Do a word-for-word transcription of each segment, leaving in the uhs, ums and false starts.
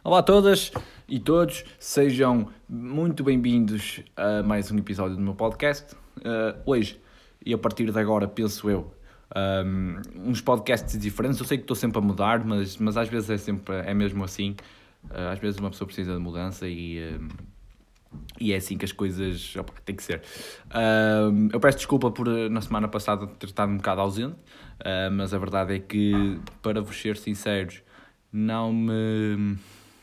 Olá a todas e todos, sejam muito bem-vindos a mais um episódio do meu podcast. Uh, hoje, e a partir de agora, penso eu, um, uns podcasts diferentes. Eu sei que estou sempre a mudar, mas, mas às vezes é, sempre, é mesmo assim. Uh, às vezes uma pessoa precisa de mudança e... Um, E é assim que as coisas opa, têm que ser. Uh, eu peço desculpa por na semana passada ter estado um bocado ausente, uh, mas a verdade é que, para vos ser sinceros, não me...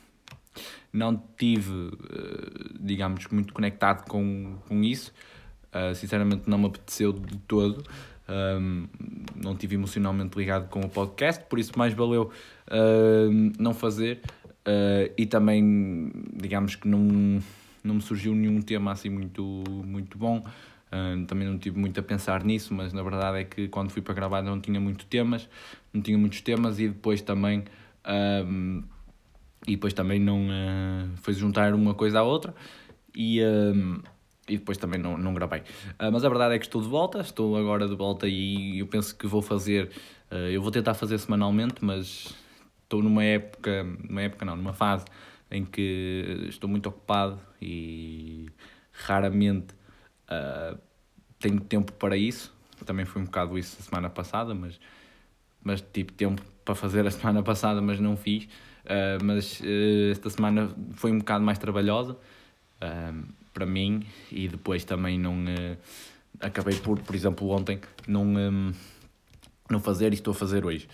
não tive, uh, digamos, muito conectado com, com isso. Uh, sinceramente não me apeteceu de todo. Um, não estive emocionalmente ligado com o podcast, por isso mais valeu uh, não fazer. Uh, e também, digamos que não... não me surgiu nenhum tema assim muito, muito bom, uh, também não tive muito a pensar nisso, mas na verdade é que quando fui para gravar não tinha muito temas, não tinha muitos temas e depois também, um, e depois também não uh, foi juntar uma coisa à outra e, um, e depois também não, não gravei. Uh, mas a verdade é que estou de volta, estou agora de volta e eu penso que vou fazer, uh, eu vou tentar fazer semanalmente, mas estou numa época, numa época não, numa fase em que estou muito ocupado e raramente uh, tenho tempo para isso. Também foi um bocado isso a semana passada, mas, mas tive tempo para fazer a semana passada, mas não fiz. Uh, mas uh, esta semana foi um bocado mais trabalhosa uh, para mim e depois também não... Uh, acabei por, por exemplo, ontem não, um, não fazer e estou a fazer hoje.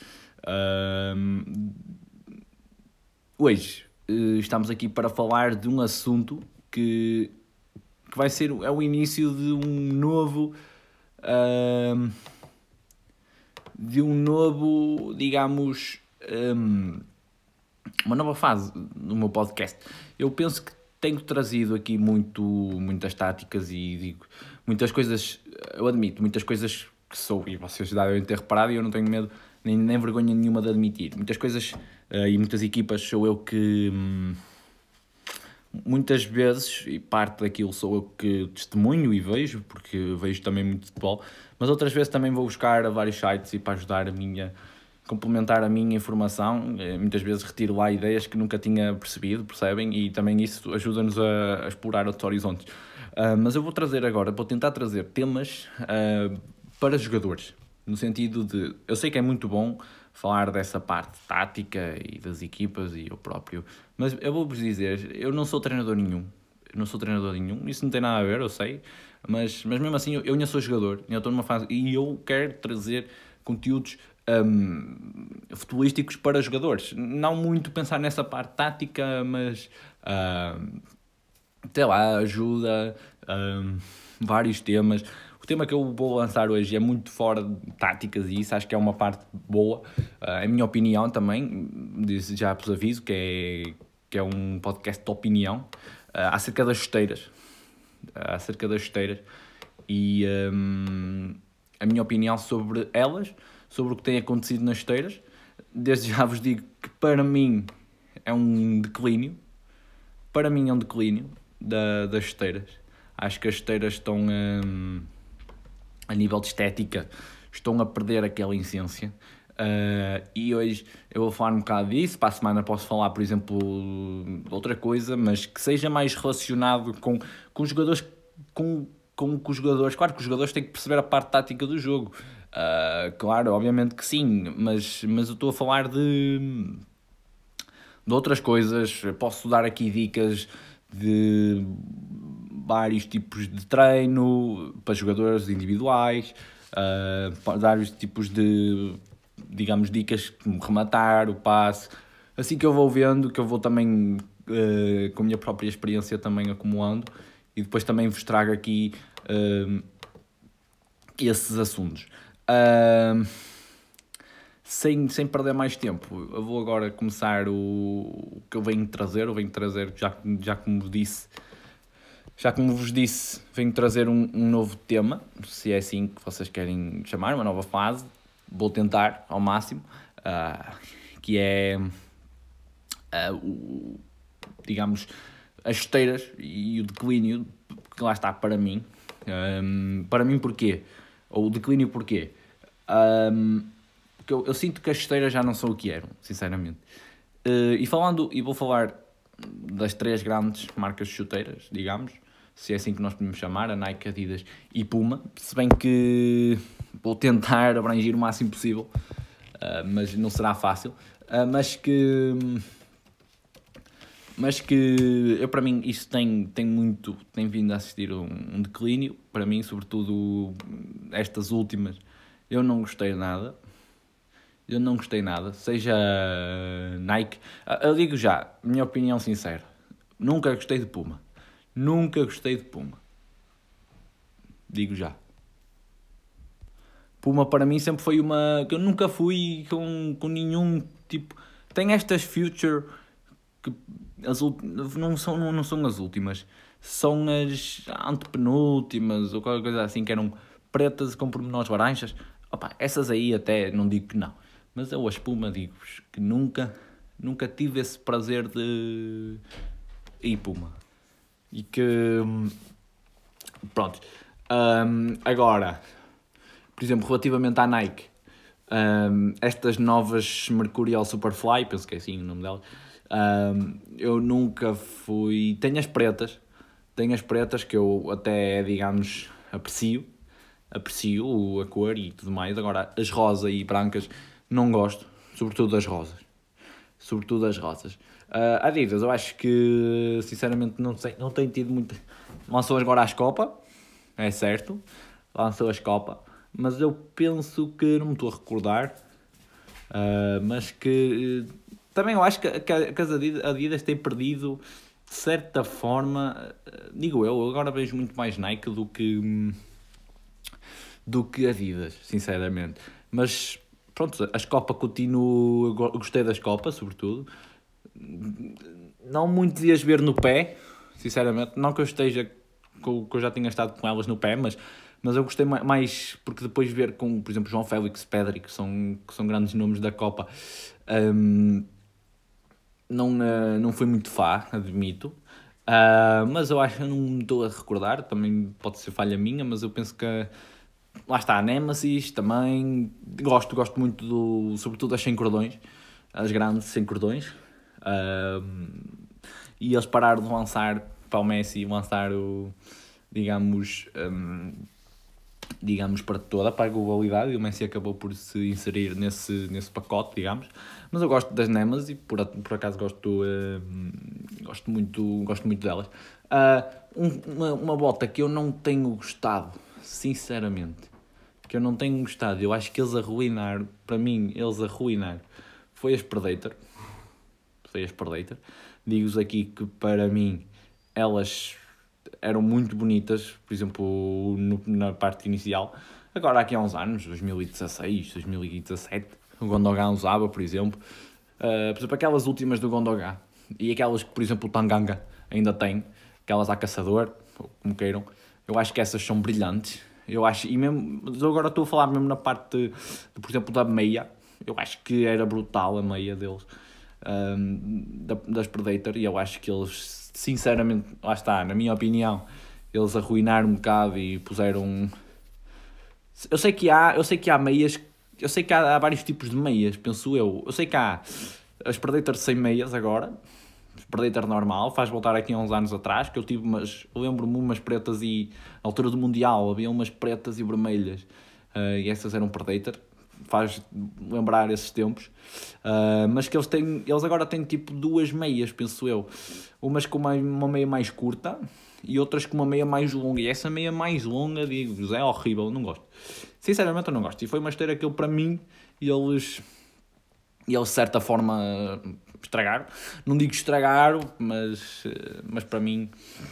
Uh, hoje... estamos aqui para falar de um assunto que, que vai ser é o início de um novo uh, de um novo, digamos, um, uma nova fase no meu podcast. Eu penso que tenho trazido aqui muito, muitas táticas e digo, muitas coisas, eu admito, muitas coisas que sou, e vocês já devem ter reparado, e eu não tenho medo nem, nem vergonha nenhuma de admitir. Muitas coisas uh, e muitas equipas sou eu que... Hum, muitas vezes, e parte daquilo sou eu que testemunho e vejo, porque vejo também muito futebol, mas outras vezes também vou buscar a vários sites e para ajudar a minha, complementar a minha informação, muitas vezes retiro lá ideias que nunca tinha percebido, percebem? E também isso ajuda-nos a, a explorar outros horizontes. Uh, mas eu vou trazer agora, vou tentar trazer temas uh, para jogadores, no sentido de, eu sei que é muito bom falar dessa parte tática e das equipas e eu próprio, mas eu vou-vos dizer, eu não sou treinador nenhum, eu não sou treinador nenhum, isso não tem nada a ver, eu sei, mas, mas mesmo assim eu, eu ainda sou jogador, ainda estou numa fase, e eu quero trazer conteúdos um, futebolísticos para jogadores, não muito pensar nessa parte tática, mas uh, sei lá, ajuda, um, vários temas. O tema que eu vou lançar hoje é muito fora de táticas e isso acho que é uma parte boa, uh, é a minha opinião também, já vos aviso que é, que é um podcast de opinião, uh, acerca das chuteiras, uh, acerca das chuteiras e um, a minha opinião sobre elas, sobre o que tem acontecido nas chuteiras. Desde já vos digo que para mim é um declínio, para mim é um declínio da, das chuteiras. Acho que as chuteiras estão... Um, a nível de estética, estão a perder aquela essência. Uh, e hoje eu vou falar um bocado disso. Para a semana posso falar, por exemplo, de outra coisa, mas que seja mais relacionado com, com os jogadores, com, com, com os jogadores. Claro que os jogadores têm que perceber a parte tática do jogo. Uh, claro, obviamente que sim, mas, mas eu estou a falar de, de outras coisas. Posso dar aqui dicas de vários tipos de treino para jogadores individuais, uh, vários tipos de, digamos, dicas como rematar, o passe, assim que eu vou vendo, que eu vou também uh, com a minha própria experiência também acumulando e depois também vos trago aqui uh, esses assuntos. Uh, sem, sem perder mais tempo, eu vou agora começar o, o que eu venho trazer, eu venho trazer, já, já como disse, Já como vos disse, venho trazer um, um novo tema, se é assim que vocês querem chamar, uma nova fase. Vou tentar ao máximo, uh, que é, uh, o, digamos, as chuteiras e o declínio, que lá está para mim. Um, para mim porquê? Ou o declínio porquê? Um, porque eu, eu sinto que as chuteiras já não são o que eram, sinceramente. Uh, e falando, e vou falar das três grandes marcas de chuteiras, digamos, se é assim que nós podemos chamar, a Nike, Adidas e Puma, se bem que vou tentar abranger o máximo possível, uh, mas não será fácil, uh, mas que... Mas que eu, para mim, isto tem, tem muito, tem vindo a assistir um, um declínio, para mim, sobretudo estas últimas, eu não gostei nada, eu não gostei nada, seja Nike, eu digo já, minha opinião sincera, nunca gostei de Puma, nunca gostei de Puma, digo já. Puma para mim sempre foi uma, que eu nunca fui com, com nenhum tipo, tem estas Future, que as, não, são, não, não são as últimas, são as antepenúltimas ou qualquer coisa assim, que eram pretas com pormenores laranjas. Opa, essas aí até não digo que não, mas eu a Puma digo-vos que nunca, nunca tive esse prazer de ir Puma. E que, pronto, um, agora, por exemplo, relativamente à Nike, um, estas novas Mercurial Superfly, penso que é assim o nome delas, Um, eu nunca fui... Tenho as pretas, tenho as pretas que eu até, digamos, aprecio, aprecio a cor e tudo mais. Agora, as rosas e brancas não gosto, sobretudo as rosas, sobretudo as rosas. Uh, Adidas, eu acho que, sinceramente, não sei, não tenho tido muito... Lançou agora as Copa, é certo, lançou as Copa, mas eu penso que, não me estou a recordar, uh, mas que... Também eu acho que, que, que as Adidas, Adidas têm perdido, de certa forma, digo eu, agora vejo muito mais Nike do que, do que Adidas, sinceramente. Mas, pronto, as Copa continuo, gostei das Copas, sobretudo. Não muito de as ver no pé, sinceramente. Não que eu esteja, que eu já tinha estado com elas no pé, mas... Mas eu gostei mais, porque depois de ver com, por exemplo, João Félix, Pedri, que são, que são grandes nomes da Copa, um, não, uh, não foi muito fã, admito. Uh, mas eu acho que não me estou a recordar, também pode ser falha minha, mas eu penso que lá está a Nemesis também. Gosto, gosto muito do, sobretudo das sem cordões, as grandes sem cordões. Uh, e eles pararam de lançar para o Messi lançar o, digamos, um, digamos, para toda, para a globalidade, e o Messi acabou por se inserir nesse, nesse pacote, digamos. Mas eu gosto das Nemesis e por, por acaso gosto, uh, gosto, muito, gosto muito delas. Uh, um, uma, uma bota que eu não tenho gostado, sinceramente, que eu não tenho gostado, eu acho que eles arruinaram, para mim, eles arruinaram, foi as Predator. Foi as Predator. Digo-vos aqui que para mim elas eram muito bonitas, por exemplo, no, na parte inicial. Agora, aqui há uns anos, dois mil e dezasseis, dois mil e dezassete, o Gondogan usava, por exemplo. Uh, por exemplo, aquelas últimas do Gondogan e aquelas que, por exemplo, o Tanganga ainda tem, aquelas a caçador, ou como queiram, eu acho que essas são brilhantes. Eu acho, e mesmo, agora estou a falar mesmo na parte, de, de, por exemplo, da meia, eu acho que era brutal a meia deles, um, das Predator, e eu acho que eles, sinceramente, lá está, na minha opinião, eles arruinaram um bocado e puseram... Eu sei que há, eu sei que há meias, eu sei que há, há vários tipos de meias, penso eu. Eu sei que há as Predator sem meias agora, as Predator normal, faz voltar aqui há uns anos atrás, que eu tive umas, eu lembro-me umas pretas e, na altura do Mundial, havia umas pretas e vermelhas, uh, e essas eram Predator, faz lembrar esses tempos, uh, mas que eles têm, eles agora têm tipo duas meias, penso eu, umas com uma, uma meia mais curta e outras com uma meia mais longa, e essa meia mais longa, digo-vos, é horrível, não gosto, sinceramente eu não gosto, e foi uma esteira que eu, para mim, eles, eles de certa forma estragaram, não digo estragaram, mas, mas para mim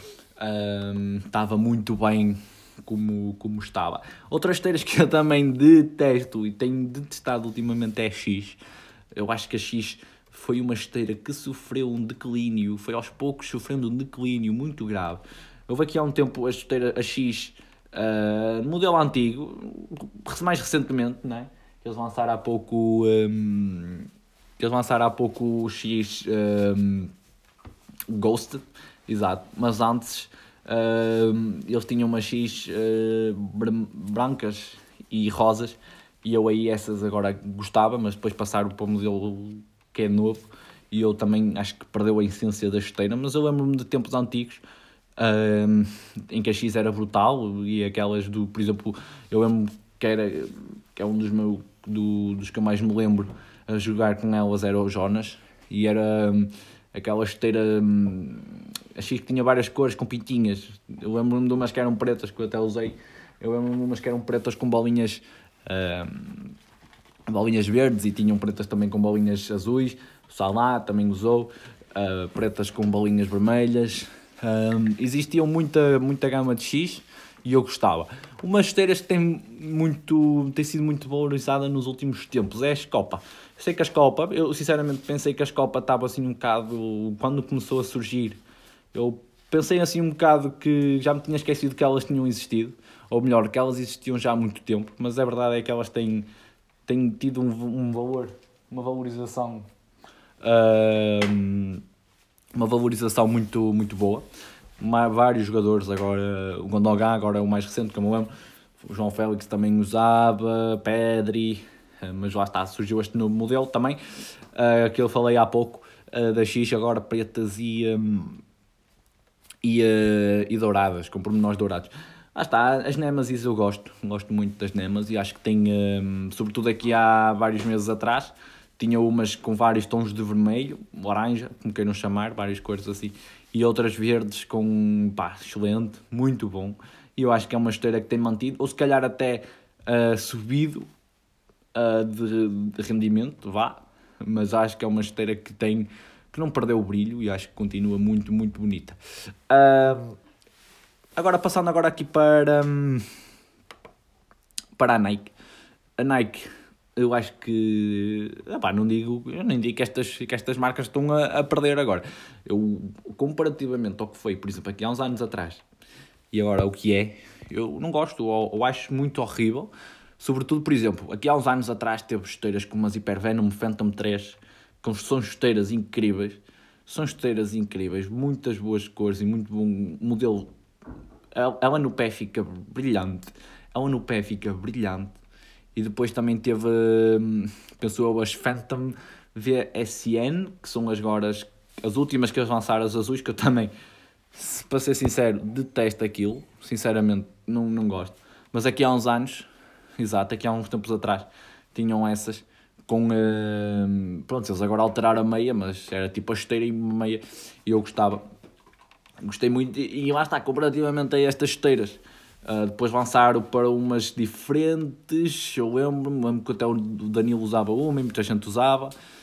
um, estava muito bem como, como estava. Outras esteiras que eu também detesto e tenho detestado ultimamente é a X. Eu acho que a X foi uma esteira que sofreu um declínio, foi aos poucos sofrendo um declínio muito grave. Houve aqui há um tempo a esteira, a X, uh, modelo antigo, mais recentemente, né? Eles lançaram há pouco, um, eles lançaram há pouco o X um, Ghosted, exato, mas antes uh, eles tinham umas X uh, brancas e rosas, e eu aí essas agora gostava, mas depois passaram para o modelo que é novo, e eu também acho que perdeu a essência da chuteira, mas eu lembro-me de tempos antigos um, em que a X era brutal e aquelas do, por exemplo, eu lembro que era que é um dos, meu, do, dos que eu mais me lembro a jogar com elas era o Jonas e era um, aquela chuteira um, a X que tinha várias cores com pintinhas. Eu lembro-me de umas que eram pretas que eu até usei, eu lembro-me de umas que eram pretas com bolinhas um, bolinhas verdes e tinham pretas também com bolinhas azuis. O Salah também usou uh, pretas com bolinhas vermelhas. Um, existiam muita, muita gama de X e eu gostava. Umas chuteiras que tem, muito, tem sido muito valorizada nos últimos tempos é a Scopa. Eu sei que a Scopa, eu sinceramente pensei que a Scopa estava assim um bocado, quando começou a surgir, eu pensei assim um bocado que já me tinha esquecido que elas tinham existido, ou melhor, que elas existiam já há muito tempo, mas a verdade é que elas têm, têm tido um, um valor, uma valorização, uh, uma valorização muito, muito boa. Vários jogadores agora, o Gundogan agora é o mais recente, como eu lembro, o João Félix também usava, Pedri, mas lá está, surgiu este novo modelo também, uh, que eu falei há pouco, uh, da X, agora pretas e, um, e, uh, e douradas, com pormenores dourados. Lá está, as Nemesis eu gosto, gosto muito das Nemesis e acho que tem, um, sobretudo aqui há vários meses atrás, tinha umas com vários tons de vermelho, laranja, como queiram chamar, várias cores assim, e outras verdes com, pá, excelente, muito bom. E eu acho que é uma chuteira que tem mantido, ou se calhar até uh, subido uh, de, de rendimento, vá, mas acho que é uma chuteira que tem, que não perdeu o brilho e acho que continua muito, muito bonita. Uh, agora, passando agora aqui para, um, para a Nike. A Nike, eu acho que, epá, não digo, eu nem digo que estas, que estas marcas estão a, a perder agora. Eu, comparativamente ao que foi, por exemplo, aqui há uns anos atrás, e agora o que é, eu não gosto, ou, ou acho muito horrível. Sobretudo, por exemplo, aqui há uns anos atrás teve chuteiras como as Hypervenom Phantom três, que são chuteiras incríveis, são chuteiras incríveis, muitas boas cores e muito bom modelo. Ela no pé fica brilhante, ela no pé fica brilhante. E depois também teve, penso eu, as Phantom V S N, que são as agora as, as últimas que eles lançaram, as azuis, que eu também, para ser sincero, detesto aquilo. Sinceramente, não, não gosto. Mas aqui há uns anos, exato, aqui há uns tempos atrás, tinham essas com... Uh, pronto, eles agora alteraram a meia, mas era tipo a chuteira e uma meia. E eu gostava. Gostei muito. E, e lá está, comparativamente a estas chuteiras. Uh, depois lançaram para umas diferentes, eu lembro-me, lembro que até o Danilo usava uma e muita gente usava.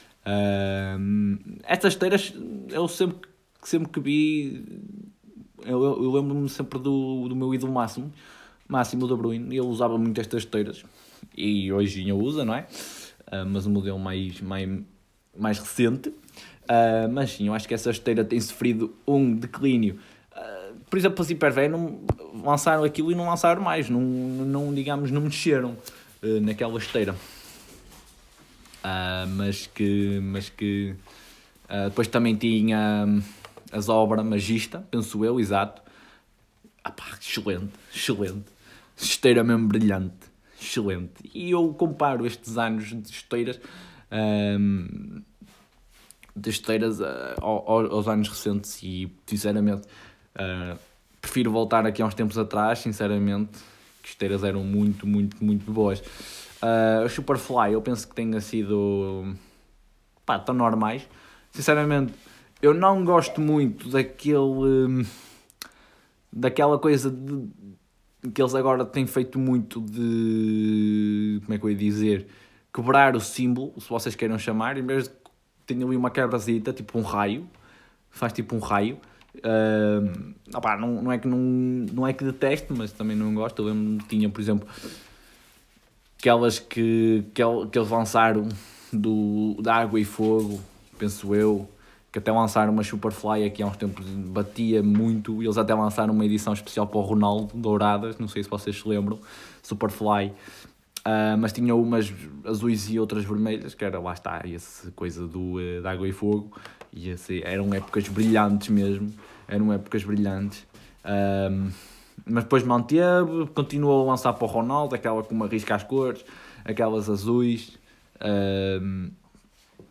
Uh, estas esteiras, eu sempre, sempre que vi, eu, eu lembro-me sempre do, do meu ídolo máximo, Máximo De Bruyne, ele usava muito estas esteiras, e hoje ainda usa, não é? Uh, mas o modelo mais, mais, mais recente. Uh, mas sim, eu acho que essa esteira tem sofrido um declínio. Por exemplo, as Hypervenom lançaram aquilo e não lançaram mais, não, não digamos, não mexeram uh, naquela esteira. Uh, mas que, mas que uh, depois também tinha um, as Obra Magista, penso eu, exato. Ah, pá, excelente, excelente. Esteira mesmo brilhante, excelente. E eu comparo estes anos de esteiras, um, de esteiras uh, aos, aos anos recentes e, sinceramente, Uh, prefiro voltar aqui há uns tempos atrás, sinceramente, que esteiras eram muito, muito, muito boas. Uh, a Superfly, eu penso que tenha sido, pá, tão normais. Sinceramente, eu não gosto muito daquele, um, daquela coisa de, que eles agora têm feito muito de, como é que eu ia dizer, quebrar o símbolo, se vocês queiram chamar, em vez de ter ali uma quebrazita, tipo um raio, faz tipo um raio. Uh, opá, não, não, é que não, não é que detesto, mas também não gosto. Eu lembro que tinha, por exemplo, aquelas que, que, que eles lançaram do, da Água e Fogo, penso eu, que até lançaram uma Superfly aqui há uns tempos, batia muito, e eles até lançaram uma edição especial para o Ronaldo, douradas, não sei se vocês se lembram, Superfly, uh, mas tinha umas azuis e outras vermelhas, que era, lá está, essa coisa do, uh, da Água e Fogo. E assim, eram épocas brilhantes mesmo, eram épocas brilhantes, um, mas depois manteve, continuou a lançar para o Ronaldo, aquela com uma risca às cores, aquelas azuis, um,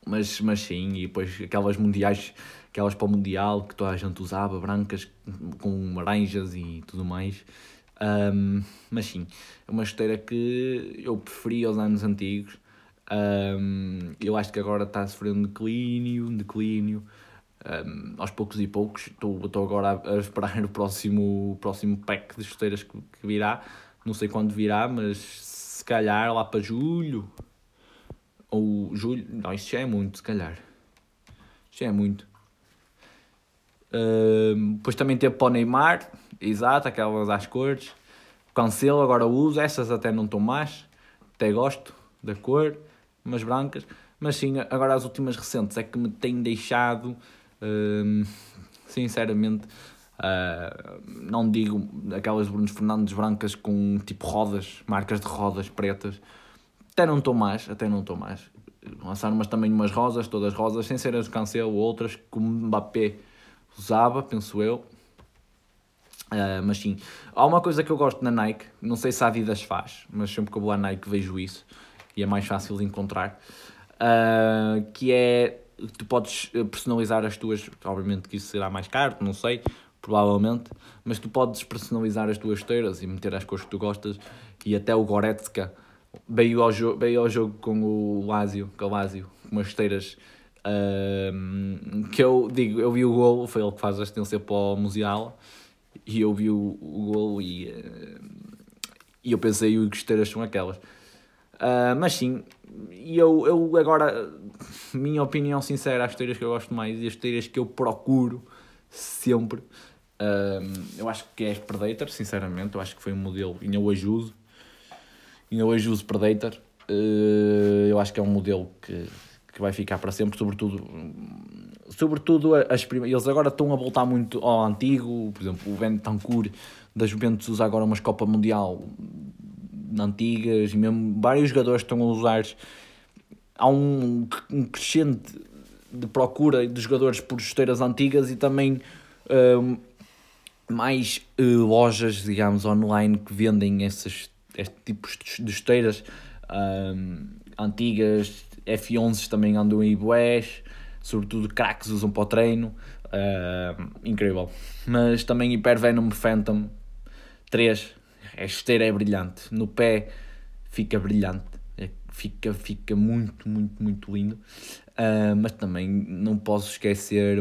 Mas, mas sim, e depois aquelas mundiais, aquelas para o Mundial que toda a gente usava, brancas, com laranjas e tudo mais. Um, mas sim, é uma chuteira que eu preferia aos anos antigos. Um, eu acho que agora está a sofrer um declínio, um declínio. Um, aos poucos e poucos. Estou agora a, a esperar o próximo, o próximo pack de chuteiras que, que virá. Não sei quando virá, mas se calhar lá para julho. Ou julho. Não, isso já é muito, se calhar. Já é muito. Uh, depois também teve para o Neymar. Exato, aquelas às cores. Cancelo, agora uso. Essas até não estão más. Até gosto da cor. Umas brancas. Mas sim, agora as últimas recentes é que me têm deixado... Uh, sinceramente... Uh, não digo aquelas Bruno Fernandes brancas com tipo rodas, marcas de rodas pretas. Até não estou mais, até não estou mais. Lançaram umas também umas rosas, todas rosas, sem ser as de Cancelo, outras que o Mbappé usava, penso eu. Uh, mas sim, há uma coisa que eu gosto na Nike, não sei se a Adidas faz, mas sempre que eu vou à Nike vejo isso e é mais fácil de encontrar, uh, que é, tu podes personalizar as tuas, obviamente que isso será mais caro, não sei, provavelmente, mas tu podes personalizar as tuas chuteiras e meter as cores que tu gostas, e até o Goretzka veio ao, jo- veio ao jogo com o Lazio, com o Lazio, com umas chuteiras uh, que eu digo, eu vi o golo, foi ele que faz a assistência para o Musiala, e eu vi o, o golo e, uh, e eu pensei que as chuteiras são aquelas. Uh, mas sim, eu, eu agora, minha opinião sincera, as chuteiras que eu gosto mais e as chuteiras que eu procuro sempre, uh, eu acho que é as Predator, sinceramente, eu acho que foi um modelo, e eu hoje uso, e eu hoje uso Predator, uh, eu acho que é um modelo que, que vai ficar para sempre, sobretudo... Sobretudo, as prim... eles agora estão a voltar muito ao antigo, por exemplo, o Bentancur da Juventus usa agora umas Copa Mundial antigas, e mesmo vários jogadores estão a usar. Há um, um crescente de procura de jogadores por chuteiras antigas e também um, mais uh, lojas, digamos, online que vendem esses, estes tipos de chuteiras um, antigas. F onze também andam em bués, sobretudo craques usam para o treino, uh, incrível. Mas também Hypervenom Phantom três, a esteira é brilhante, no pé fica brilhante, é, fica, fica muito, muito, muito lindo, uh, mas também não posso esquecer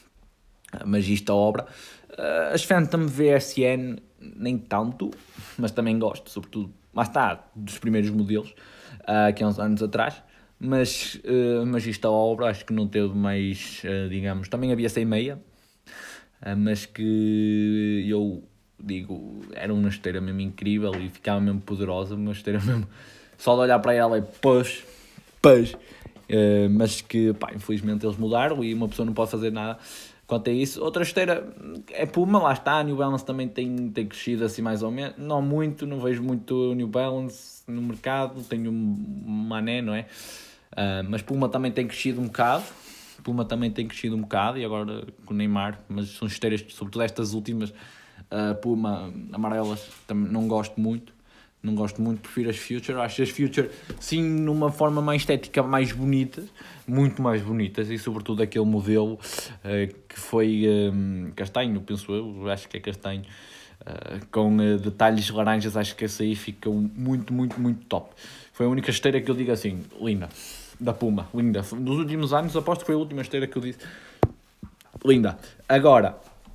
a Magista Obra, uh, as Phantom V S N nem tanto, mas também gosto, sobretudo, lá está, dos primeiros modelos, uh, que há uns anos atrás. Mas uh, Magista Obra acho que não teve mais, uh, digamos, também havia sem meia, uh, mas que eu digo, era uma esteira mesmo incrível e ficava mesmo poderosa, uma esteira mesmo, só de olhar para ela é pus, pus, uh, mas que pá, infelizmente eles mudaram e uma pessoa não pode fazer nada quanto a isso. Outra esteira é Puma, lá está, a New Balance também tem, tem crescido assim mais ou menos, não muito, não vejo muito New Balance no mercado, tenho um Mané, não é? Uh, mas Puma também tem crescido um bocado, Puma também tem crescido um bocado, e agora com o Neymar, mas são esteiras, sobretudo estas últimas, uh, Puma amarelas, também não gosto muito, não gosto muito, prefiro as Future, acho as Future, sim, numa forma mais estética, mais bonitas, muito mais bonitas, e sobretudo aquele modelo uh, que foi um, castanho, penso eu, acho que é castanho, uh, com uh, detalhes laranjas, acho que esse aí fica muito, muito, muito top. Foi a única esteira que eu digo assim, linda, da Puma, linda. Nos últimos anos, aposto que foi a última esteira que eu disse, linda. Agora,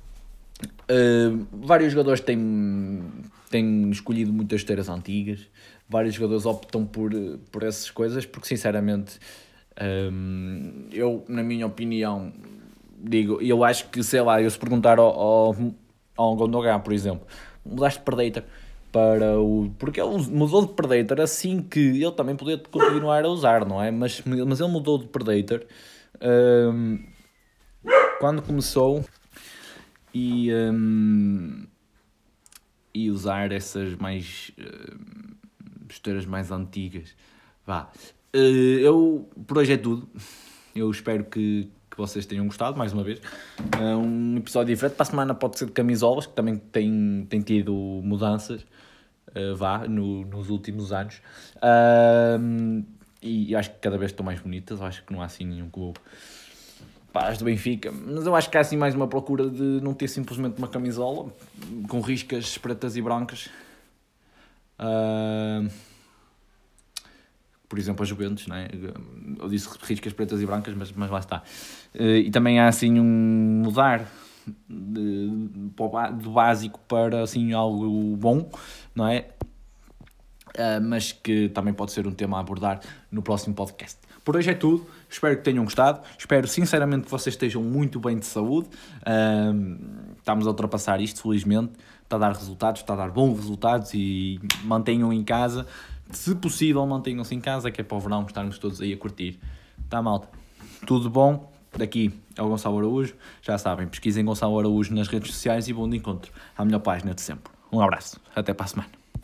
uh, vários jogadores têm, têm escolhido muitas esteiras antigas, vários jogadores optam por, por essas coisas, porque sinceramente, um, eu, na minha opinião, digo, eu acho que, sei lá, eu se perguntar ao, ao, ao Gondogan, por exemplo, mudaste de Predator para o... Porque ele mudou de Predator assim que ele também podia continuar a usar, não é? Mas, mas ele mudou de Predator um, quando começou e, um, e usar essas mais uh, esteiras mais antigas. Vá. Uh, eu, por hoje é tudo. Eu espero que, que vocês tenham gostado, mais uma vez. Uh, um episódio diferente. Para a semana pode ser de camisolas, que também tem, tem tido mudanças. Uh, vá, no, nos últimos anos. Uh, e acho que cada vez estão mais bonitas. Eu acho que não há assim nenhum clube. Pá, as do Benfica, mas eu acho que há assim mais uma procura de não ter simplesmente uma camisola com riscas pretas e brancas. Uh, por exemplo, a Juventus, não é? Eu disse riscas pretas e brancas, mas, mas lá está. Uh, e também há assim um mudar de, de básico para assim algo bom, não é? Uh, mas que também pode ser um tema a abordar no próximo podcast. Por hoje é tudo, espero que tenham gostado, espero sinceramente que vocês estejam muito bem de saúde, uh, estamos a ultrapassar isto, felizmente, está a dar resultados, está a dar bons resultados e mantenham em casa, se possível mantenham-se em casa, que é para o verão estarmos todos aí a curtir. Tá, malta? Tudo bom? Daqui é o Gonçalo Araújo, já sabem, pesquisem Gonçalo Araújo nas redes sociais e bom de encontro à melhor página de sempre. Um abraço, até para a semana.